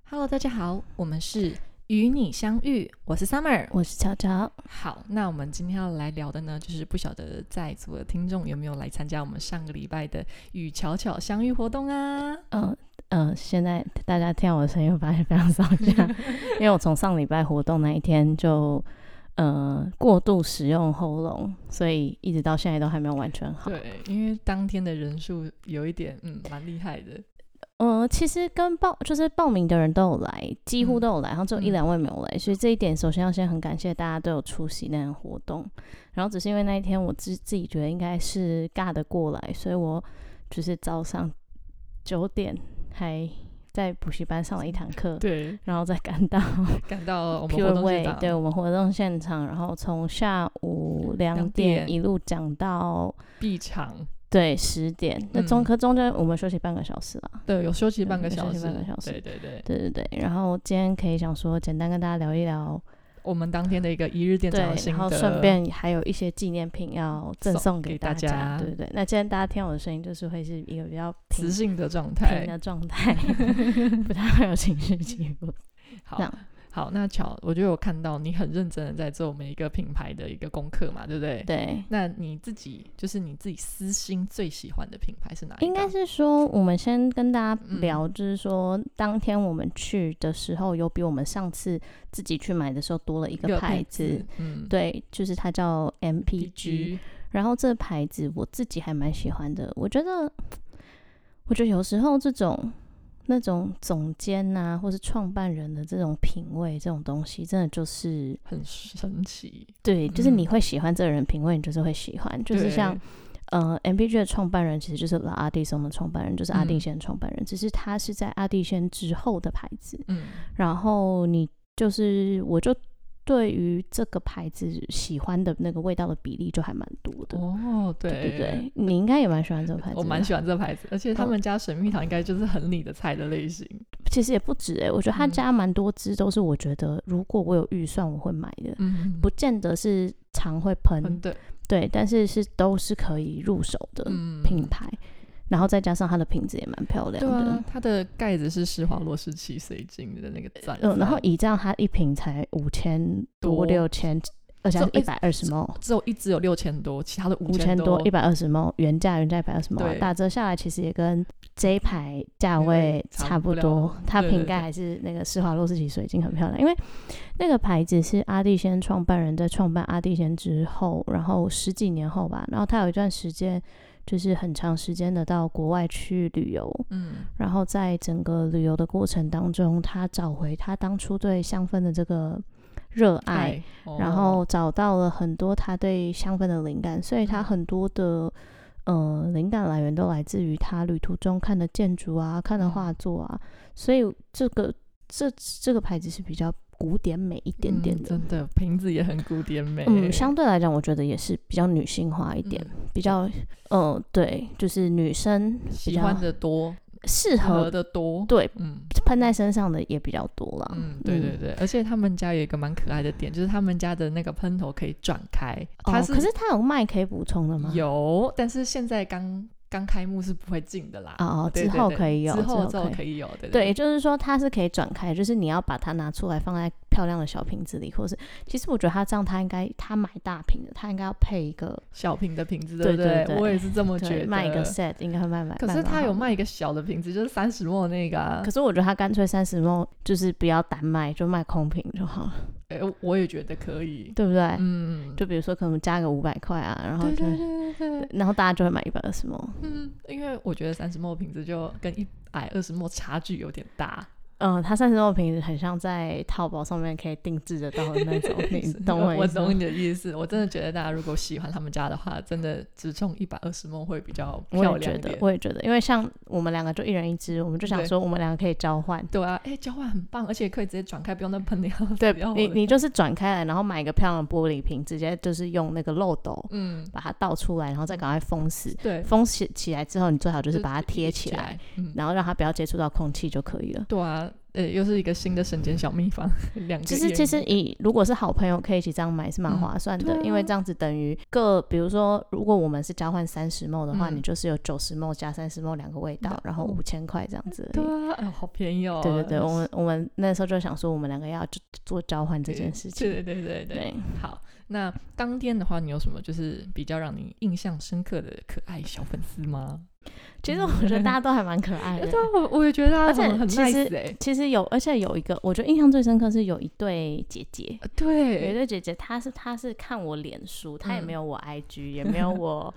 Hello， 大家好，我们是与你相遇，我是 Summer， 我是巧巧。 好，那我们今天要来聊的呢，就是不晓得在座的听众有没有来参加我们上个礼拜的与巧巧相遇活动啊？ 现在大家听到我的声音会发现非常烧香，因为我从上礼拜活动那一天就过度使用喉咙，所以一直到现在都还没有完全好。 对，因为当天的人数有一点蛮厉害的。 其实就是报名的人都有来，几乎都有来，然后只有1-2位没有来，所以这一点首先要先很感谢大家都有出席那样活动。然后只是因为那一天我自己觉得应该是尬得过来，所以我就是早上9点还在补习班上了一堂课， 对， 然后再赶到我们活动现场， 对，我们活动现场，然后从下午2点一路讲到闭场。 对，10点，那中间我们休息半个小时啦。 对，有休息半个小时。 对。然后今天可以想说，简单跟大家聊一聊我们当天的一个一日店长的心得， 然后顺便还有一些纪念品要赠送给大家。对。那今天大家听我的声音，就是会是一个比较磁性的状态， 不太会有情绪起伏。 好，那巧，我觉得我看到你很认真的在做每一个品牌的一个功课嘛，对不对？ 对。 那你自己私心最喜欢的品牌是哪一个？ 应该是说，我们先跟大家聊，就是说，当天我们去的时候，有比我们上次自己去买的时候多了一个牌子，对，就是它叫 MPG。然后这个牌子我自己还蛮喜欢的，我觉得有时候那种总监啊，或是创办人的这种品味，这种东西真的就是很神奇。 对，就是你会喜欢这个人品味，你就是会喜欢。就是像MPG 的创办人其实就是阿蒂松的创办人，就是阿蒂仙创办人，只是他是在阿蒂仙之后的牌子。然后我就对于这个牌子喜欢的那个味道的比例就还蛮多的。对，你应该也蛮喜欢这个牌子。 我蛮喜欢这个牌子，而且他们家水蜜桃应该就是很你的菜的类型。 其实也不止我觉得他家蛮多支都是我觉得如果我有预算我会买的，不见得是常会喷，对，但是都是可以入手的品牌。然后再加上它的瓶子也蛮漂亮的， 对啊，它的盖子是施华洛世奇水晶的那个钻， 然后以这样它一瓶才5000多6000，而且是120ml， 只有一支有6000多，其他的 5000多120ml，原价120ml，打折下来其实也跟这一排价位差不多。它瓶盖还是那个施华洛世奇水晶很漂亮，因为那个牌子是阿蒂仙创办人在创办阿蒂仙之后，然后10几年后吧，然后他有一段时间就是很长时间的到国外去旅游，然后在整个旅游的过程当中，他找回他当初对香氛的这个热爱，然后找到了很多他对香氛的灵感，所以他很多的灵感来源都来自于他旅途中看的建筑啊，看的画作啊，所以这个牌子是比较古典美一点点的， 真的瓶子也很古典美。 相对来讲我觉得也是比较女性化一点，比较对，就是女生喜欢的多，适合的多， 对，喷在身上的也比较多啦。 对，而且他们家有一个蛮可爱的点，就是他们家的那个喷头可以转开。可是它有麦可以补充的吗？ 有，但是现在刚开幕是不会进的啦。 之后可以有， 之后可以有。 对，就是说它是可以转开，就是你要把它拿出来放在漂亮的小瓶子里，或是其实我觉得它这样，他买大瓶的，他应该要配一个小瓶的瓶子，对不对？我也是这么觉得。 卖一个 set 应该会卖。 可是他有卖一个小的瓶子，就是30ml 那个啊。 可是我觉得他干脆30ml就是不要单卖，就卖空瓶就好了。 我也觉得可以， 对不对？就比如说可能加个500块啊，然后然后大家就会买120ml。 因为我觉得30ml瓶子就跟120ml差距有点大。 它30ml瓶子很像在淘宝上面可以定制得到的那种，你懂我意思吗？ 我懂你的意思。我真的觉得大家如果喜欢他们家的话，真的只冲120ml会比较漂亮一点。 我也觉得，因为像我们两个就一人一支，我们就想说我们两个可以交换。 对啊，交换很棒，而且可以直接转开，不用那喷料。 对，你就是转开来，然后买一个漂亮的玻璃瓶，直接就是用那个漏斗，把它倒出来，然后再赶快封死。对，封起来之后，你最好就是把它贴起来，然后让它不要接触到空气就可以了。 对啊。 啊，又是一个新的省钱小秘方，2个月。 其实如果是好朋友可以一起这样买是蛮划算的，因为这样子等于比如说如果我们是交换30ml 的话，你就是有90ml加30ml 2个味道，然后5000块这样子而已。 对啊，好便宜哦。 对对对，我们那时候就想说我们2个要做交换这件事情。 对对对对对。好，那当天的话，你有什么就是比较让你印象深刻的可爱小粉丝吗？ 其实我觉得大家都还蛮可爱的。 对，我也觉得大家很 nice 其实而且有一个我觉得印象最深刻是有一对姐姐。 对， 有一对姐姐，她是看我脸书，她也没有我 IG，也没有我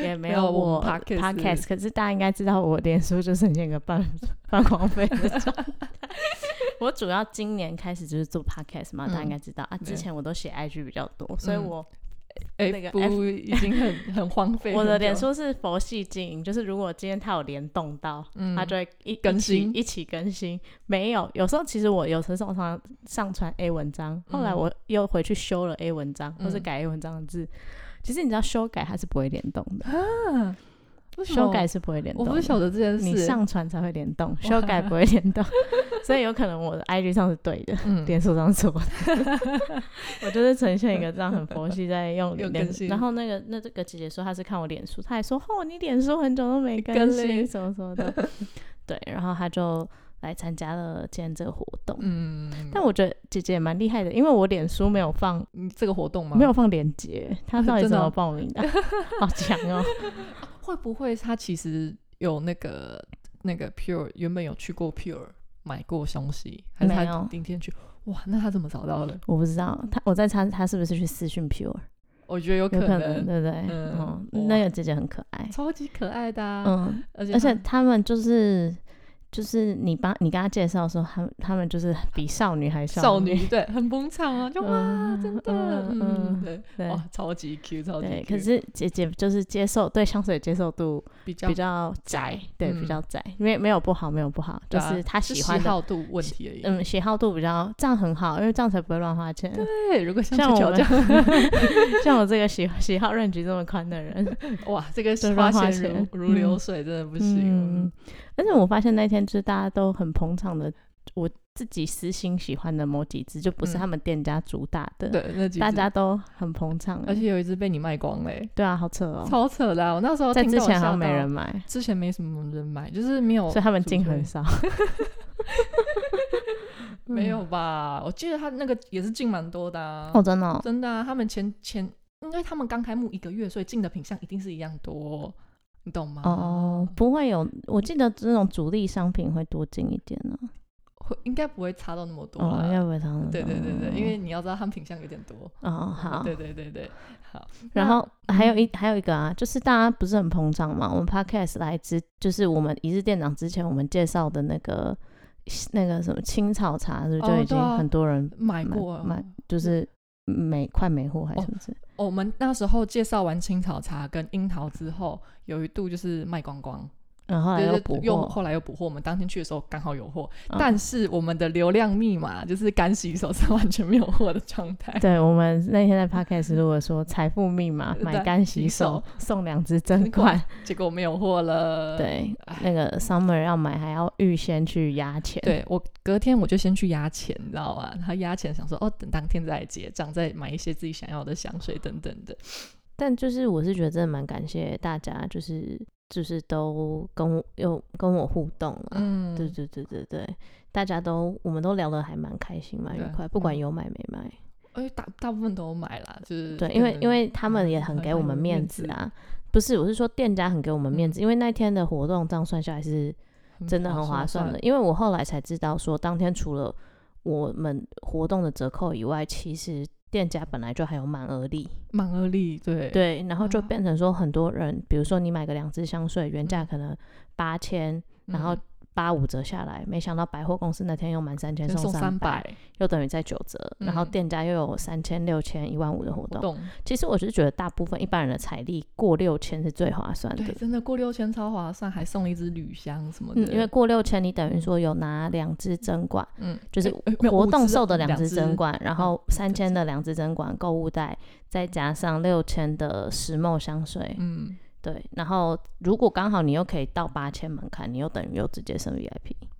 podcast， 可是大家应该知道我脸书就呈现一个半荒废的状态。我主要今年开始就是做 podcast 嘛，大家应该知道啊。之前我都写 IG 比较多，所以我那个 F 已经很荒废。 我的脸书是佛系经营，就是如果今天它有联动到，它就会一起更新。没有时候其实我有时候上传 A 文章，后来我又回去修了 A 文章，或是改 A 文章的字。其实你知道修改它是不会联动的啊。修改是不会联动的， 我不晓得这件事。 你上传才会联动，修改不会联动。所以有可能我的 IG 上是对的，脸书上是错的。我就是呈现一个这样很佛系在用脸书。然后这个姐姐说她是看我脸书，她还说你脸书很久都没更新什么什么的。对，然后她就来参加了今天这个活动。但我觉得姐姐也蛮厉害的，因为我脸书没有放这个活动吗？ 没有放链接，她到底怎么报名的？好强哦！ 会不会他其实有那个 Pure 原本有去过 Pure 买过东西，还是他第一天去？哇，那他怎么找到的？ 我不知道，我在猜他是不是去私讯 Pure。 我觉得有可能， 对不对？那个姐姐很可爱， 超级可爱的啊。 而且他们就是你跟他介绍的时候，他们就是比少女还少女， 对，很捧场啊，就哇，真的，对，哇，超级 Q， 超级 Q。 可是姐姐就是对香水接受度比较窄，对，比较窄，没有不好，就是她喜欢的喜好度问题而已。 喜好度比较这样很好，因为这样才不会乱花钱。 对，如果像我这样，像我这个喜好range这么宽的人， 哇，这个花钱如流水，真的不行。 而且我发现那天就是大家都很捧场的，我自己私心喜欢的某几支就不是他们店家主打的， 对，那几支大家都很捧场， 而且有一支被你卖光嘞。 对啊，好扯哦， 超扯的啊！我那时候在之前好像没人买， 之前没什么人买，就是没有， 所以他们进很少。 没有吧？我记得他那个也是进蛮多的啊。 真的真的啊！他们前因为他们刚开幕1个月，所以进的品项一定是一样多。你懂吗？ 不会有，我记得这种主力商品会多进一点呢。 应该不会差到那么多啦。 应该不会差那么多。 对，因为你要知道他们品项有点多。 好。 对，好。然后还有一个啊，就是大家不是很捧场嘛？我们 podcast 就是我们一日店长之前我们介绍的那个什么青草茶，是不是就已经很多人买过了？ 就是快没货还是什么之？ 我们那时候介绍完青草茶跟樱桃之后，有一度就是卖光光。 后来又补货， 后来又补货。我们当天去的时候刚好有货，但是我们的流量密码就是干洗手是完全没有货的状态。 对，我们那天在 podcast 如果说财富密码买干洗手送2支针管， 结果没有货了。 对，那个 summer 要买还要预先去压钱。 对，我隔天我就先去压钱，你知道吗？他压钱想说等当天再来结账，再买一些自己想要的香水等等的。 但就是我是觉得真的蛮感谢大家，就是都跟我互动了。对，大家我们都聊得还蛮开心蛮愉快，不管有买没买。 大部分都有买啦，就是对，因为他们也很给我们面子啊。不是，我是说店家很给我们面子，因为那天的活动这样算下来是真的很划算的。因为我后来才知道说，当天除了我们活动的折扣以外，其实店家本来就还有满额利，对，然后就变成说很多人，比如说你买个2支香水，原价可能8000，然后85折下来，没想到百货公司那天又满3000送300，又等于在9折，然后店家又有3000、6000、15000的活动。其实我是觉得大部分一般人的财力过6000是最划算的。 对，真的过6000超划算，还送一支铝香什么的。 因为过6000你等于说有拿2支针管，就是活动售的2支针管，然后3000的2支针管，购物袋，再加上6000的10ml香水。对，然后如果刚好你又可以到8000门槛，你又等于又直接升 VIP。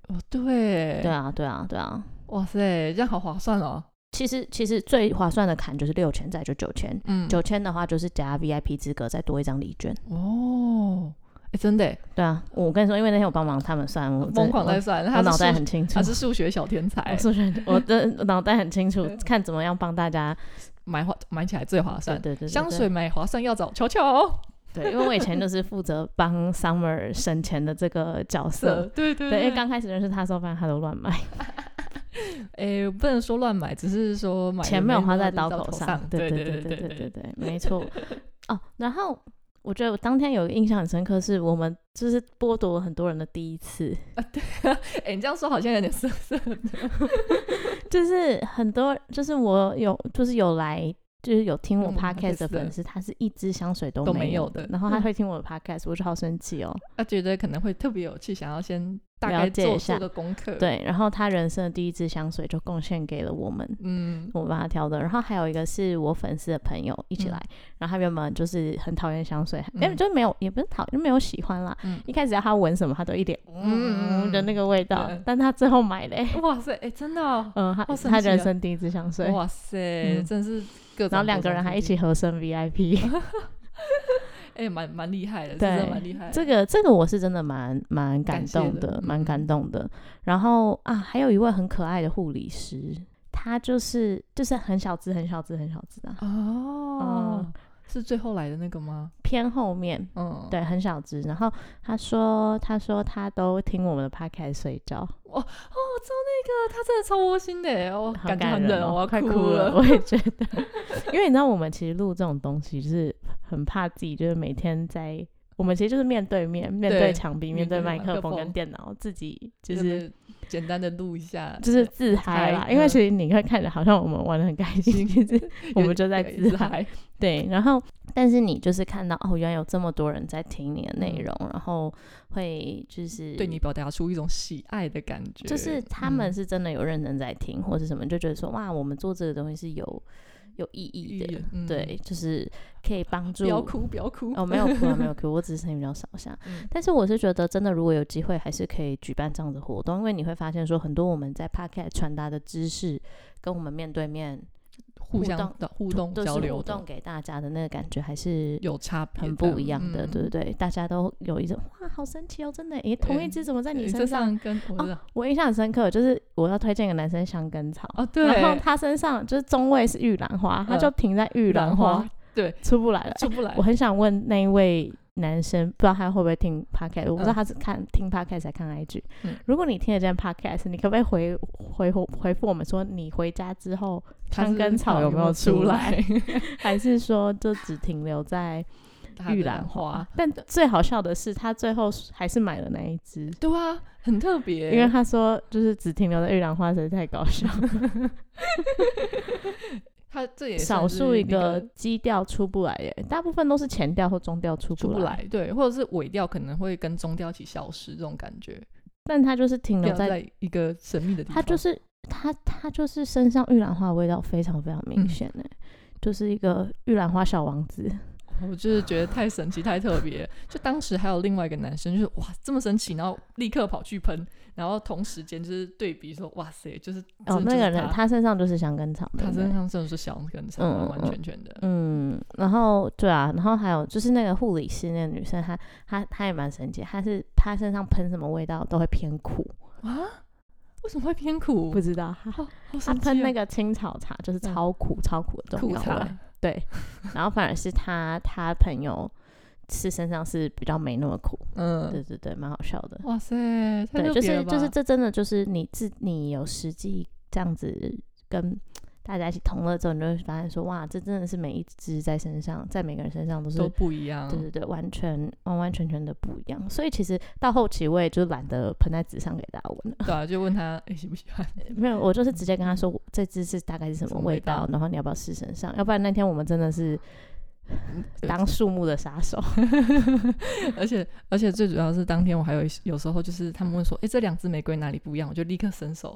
哦，对， 对啊，对啊，对啊。 哇塞，这样好划算哦。 其实最划算的坎就是6000，再就9000。9000的话就是加 VIP 资格，再多一张礼券。 哦，真的耶。 对啊，我跟你说，因为那天我帮忙他们算，我疯狂在算， 我脑袋很清楚， 他是数学小天才。 我的脑袋很清楚，看怎么样帮大家买起来最划算。 对， 香水买划算要找乔乔。 对，因为我以前就是负责帮 Summer 省钱的这个角色。 对，因为刚开始认识他的时候，发现他都乱买。 不能说乱买，只是说买钱没有花在刀口上。对， 没错。哦，然后我觉得我当天有一个印象很深刻，是我们就是剥夺了很多人的第一次。 对，你这样说好像有点涩涩的。 就是很多，就是我有来。就是有听我 podcast 的粉丝，他是一支香水都没有的，然后他会听我的 podcast，我就好生气哦。 他觉得可能会特别有趣，想要先大概做个功课。 对，然后他人生的第一支香水就贡献给了我们，我帮他挑的。然后还有一个是我粉丝的朋友一起来，然后他原本就是很讨厌香水，就没有，也不是就没有喜欢啦。一开始要他闻什么，他都一点的那个味道，但他最后买了。 哇塞，真的哦， 他人生第一支香水。 哇塞，真是。 然后2个人还一起合声 VIP。 蛮厉害的，真的蛮厉害的。 这个我是真的蛮感动的，蛮感动的。然后还有一位很可爱的护理师，他就是很小只啊。 是最后来的那个吗？ 偏后面，对，很小只。然后他说他都听我们的 podcast 睡觉。 我知道那个，他真的超窝心的， 感觉很冷， 我要快哭了。 我也觉得，因为你知道我们其实录这种东西，就是很怕自己，就是每天在。我们其实就是面对面对墙壁，面对麦克风跟电脑，自己就是简单的录一下， 就是自嗨啦。因为其实你会看着好像我们玩得很开心，其实我们就在自嗨。对，然后但是你就是看到原来有这么多人在听你的内容，然后会就是对你表达出一种喜爱的感觉， 就是他们是真的有认真在听，或是什么，就觉得说哇，我们做这个东西是有意义的。对，就是可以帮助。 不要哭没有哭没有哭，我只是声音比较少下。但是我是觉得真的，如果有机会还是可以举办这样的活动，因为你会发现说很多我们在 podcast 传达的知识跟我们面对面互动交流互动给大家的那个感觉还是有差别， 很不一样的。对不对？大家都有一种哇好神奇真的同一支怎么在你身上我印象很深刻，就是我要推荐一个男生香根草对， 然后他身上就是中味是玉兰花，他就停在玉兰花， 对， 出不来了。我很想问那一位男生，不知道他会不会听 podcast， 我不知道他是听 podcast 还看 IG。如果你听得见 podcast， 你可不可以回复我们说你回家之后香根草有没有出来还是说就只停留在玉兰花？但最好笑的是他最后还是买了那一支。 对啊，很特别， 因为他说就是只停留在玉兰花实在太搞笑他这也少数一个基调出不来耶，大部分都是前调或中调出不来， 对，或者是尾调可能会跟中调一起消失这种感觉。 但他就是停留在一个神秘的地方， 他就是身上玉兰花的味道非常非常明显就是一个玉兰花小王子。 我就是觉得太神奇太特别就当时还有另外一个男生就是哇这么神奇，然后立刻跑去喷，然后同时间就是对比说哇塞就是那个人他身上就是香根草， 他身上真的是香根草，完完全全的。 然后对啊，然后还有就是那个护理师那个女生，她也蛮神奇，她身上喷什么味道都会偏苦啊？为什么会偏苦？ 不知道。她喷那个青草茶就是超苦超苦的重要味，对。然后反而是她朋友是身上是比较没那么苦，对，蛮好笑的。 哇塞，太对， 特别了吧？ 就是这真的就是你有实际这样子跟大家一起同乐之后，你就会发现说哇，这真的是每一只在身上，在每个人身上都不一样， 对，完全的不一样。所以其实到后期我也就懒得喷在纸上给大家闻了。 对啊，就问他喜不喜欢？ 没有，我就是直接跟他说这支是大概是什么味道，然后你要不要试身上？要不然那天我们真的是当树木的杀手而且最主要是当天我还有时候就是他们问说这2支玫瑰哪里不一样，我就立刻伸手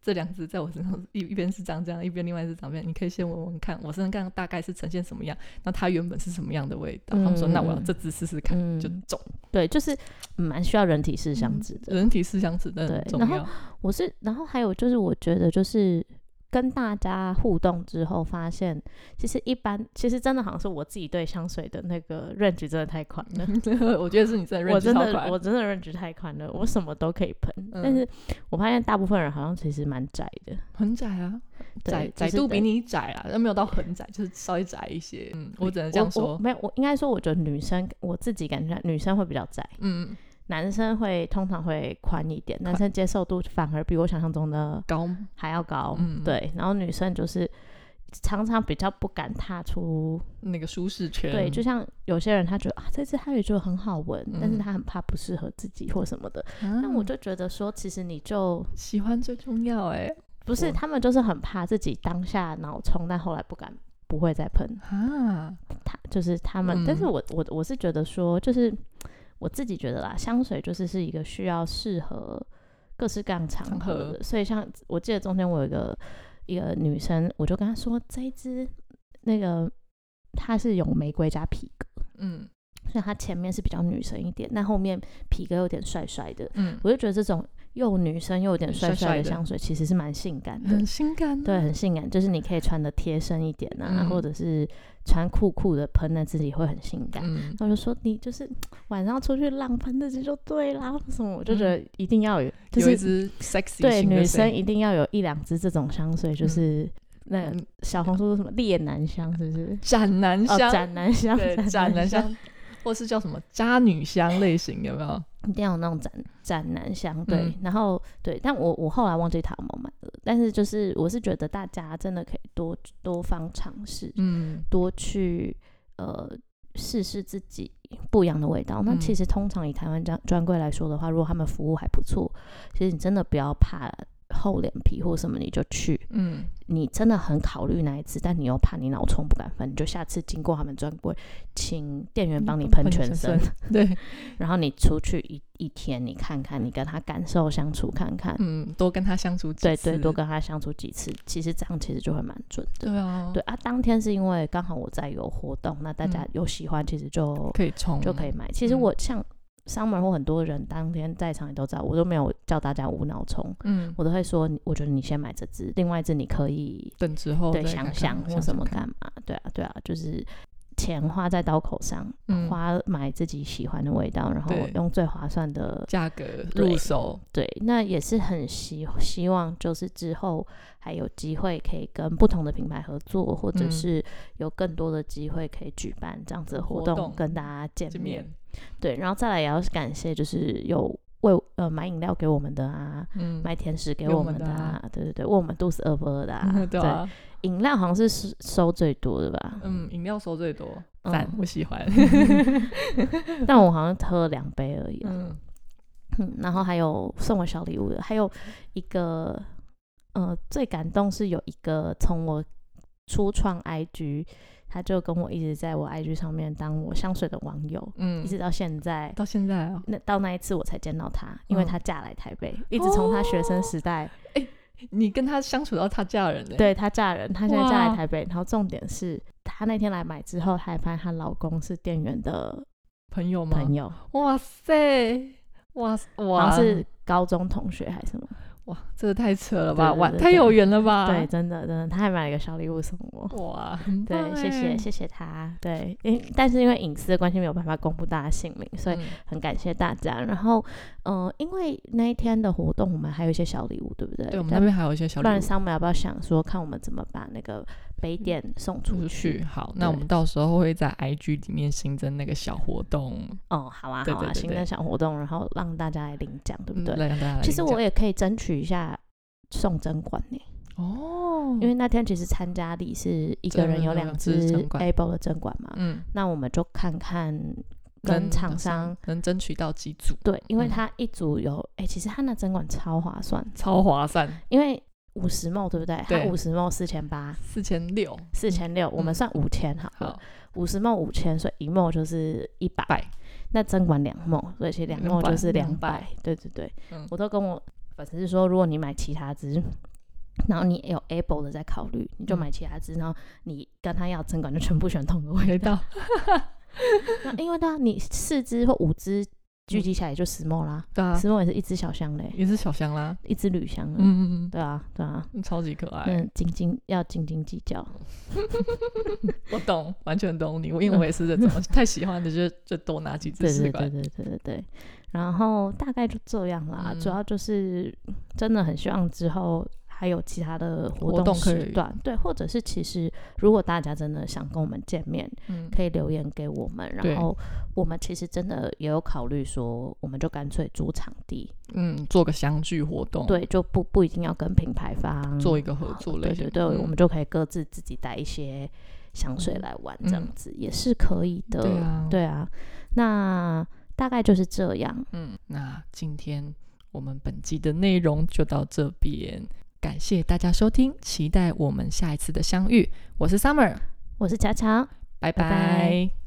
这两支在我身上一边是长这样，一边另外是长这样，你可以先闻闻看我身上大概是呈现什么样，那它原本是什么样的味道。他们说那我要这支试试看，就中。 对，就是蛮需要人体试香纸的， 人体试香纸的很重要。 然后还有就是我觉得就是跟大家互动之后发现，其实真的好像是我自己对香水的那个 range 真的太宽了我觉得是你真的 range 超宽， 我真的 range 太宽了，我什么都可以喷，但是我发现大部分人好像其实蛮窄的。 很窄啊，窄度比你窄啊，但没有到很窄，就是稍微窄一些。我只能这样说。 没有，我应该说我觉得女生，我自己感觉女生会比较窄，男生通常会宽一点，男生接受度反而比我想象中的高还要高。对，然后女生就是常常比较不敢踏出那个舒适圈。 对，就像有些人他觉得这支他也觉得很好闻，但是他很怕不适合自己或什么的。那我就觉得说，其实你就喜欢最重要。 不是，他们就是很怕自己当下脑冲，但后来不会再喷就是他们。但是我是觉得说，就是我自己觉得啦，香水就是一个需要适合各式各样场合的。所以像我记得中间我有一个女生，我就跟她说这一支那个它是有玫瑰加皮革，所以它前面是比较女生一点，但后面皮革有点帅帅的。我就觉得这种又女生又有点帅帅的香水其实是蛮性感的， 很性感。 对，很性感，就是你可以穿的贴身一点啊，或者是穿酷酷的喷在自己会很性感。我就说你就是晚上出去浪喷自己就对啦，什么我就觉得一定要有，就是有一支 sexy 对女生一定要有1-2支这种香水，就是那小红书说什么烈男香是不是？ 斩男香， 斩男香， 对，斩男香。或是叫什么渣女香类型，有没有？ 一定要有那种斩男香，对。然后对，但我后来忘记他有没有买了。但是就是我是觉得大家真的可以多方尝试，多去试试自己不一样的味道。那其实通常以台湾专柜来说的话，如果他们服务还不错，其实你真的不要怕厚脸皮或什么你就去，你真的很考虑那一次，但你又怕你脑冲不敢喷，你就下次经过他们专柜，请店员帮你喷全身， 对， 然后你出去一天，你看看，你跟他感受相处看看， 多跟他相处几次， 对，多跟他相处几次，其实这样其实就会蛮准的， 对啊， 对啊，当天是因为刚好我在有活动，那大家有喜欢，其实就可以冲， 就可以买。其实我像Summer 或很多人当天在场，你都知道，我都没有叫大家无脑冲，我都会说，我觉得你先买这支，另外一支你可以等之后对想想或什么干嘛，对啊，就是钱花在刀口上，买自己喜欢的味道，然后用最划算的价格入手， 对，那也是很希望就是之后还有机会可以跟不同的品牌合作，或者是有更多的机会可以举办这样子的活动跟大家见面。对，然后再来也要感谢就是有买饮料给我们的啊，买甜食给我们的啊，对，问我们肚子饿不饿的啊，对，饮料好像是收最多的吧？ 饮料收最多，赞，我喜欢。 但我好像喝了2杯而已然后还有送我小礼物的，还有一个最感动是有一个从我初创 IG， 他就跟我一直在我 IG 上面当我香水的网友，一直到现在哦。 到那一次我才见到他，因为他嫁来台北，一直从他学生时代。 你跟他相处到他嫁人对，他嫁人，他现在嫁来台北。然后重点是他那天来买之后，他还发现她老公是店员的朋友吗？哇塞，哇， 好像是高中同学还是什么。 哇，这个太扯了吧，太有缘了吧。 对，真的，他还买了一个小礼物送我。 哇， 对，谢谢他。对，但是因为隐私的关系没有办法公布大家姓名，所以很感谢大家。然后因为那一天的活动我们还有一些小礼物，对不对？ 对，我们那边还有一些小礼物。 不然Summer要不要想说看我们怎么把那个杯垫送出去？ 好，那我们到时候会在 IG 里面新增那个小活动。 好啊，新增小活动，然后让大家来领奖，对不对？ 让大家来领奖。 其实我也可以争取一下送针管呢。因为那天其实参加礼是一个人有2支 Able 的针管嘛，那我们就看看跟厂商能争取到几组。 对，因为他一组有其实他那针管超划算，因为50ml 对不对？他50ml 4800，4600，我们算5000好了，50ml 5000，所以1ml就是100，那针管2ml，所以其实2ml就是200，对，我都跟我粉丝说，如果你买其他支然后你有 able 的在考虑，你就买其他支，然后你跟他要针管就全部选同个味道。那因为你4支或5支聚集起来也就10ml啦，对啊，10ml也是一支小香嘞， 也是小香啦， 一支铝香了，对啊， 超级可爱， 要斤斤计较。 我懂，完全懂你，因为我也是这种，太喜欢的就多拿几支试管。 对。然后大概就这样啦，主要就是真的很希望之后还有其他的活动时段，对，或者是其实如果大家真的想跟我们见面，可以留言给我们，然后我们其实真的也有考虑说，我们就干脆租场地，做个相聚活动，对，就不一定要跟品牌方做一个合作类型， 对，我们就可以各自自己带一些香水来玩，这样子也是可以的，对啊，那大概就是这样， 那今天我们本集的内容就到这边。感谢大家收听，期待我们下一次的相遇。我是 Summer， 我是巧巧， 拜拜。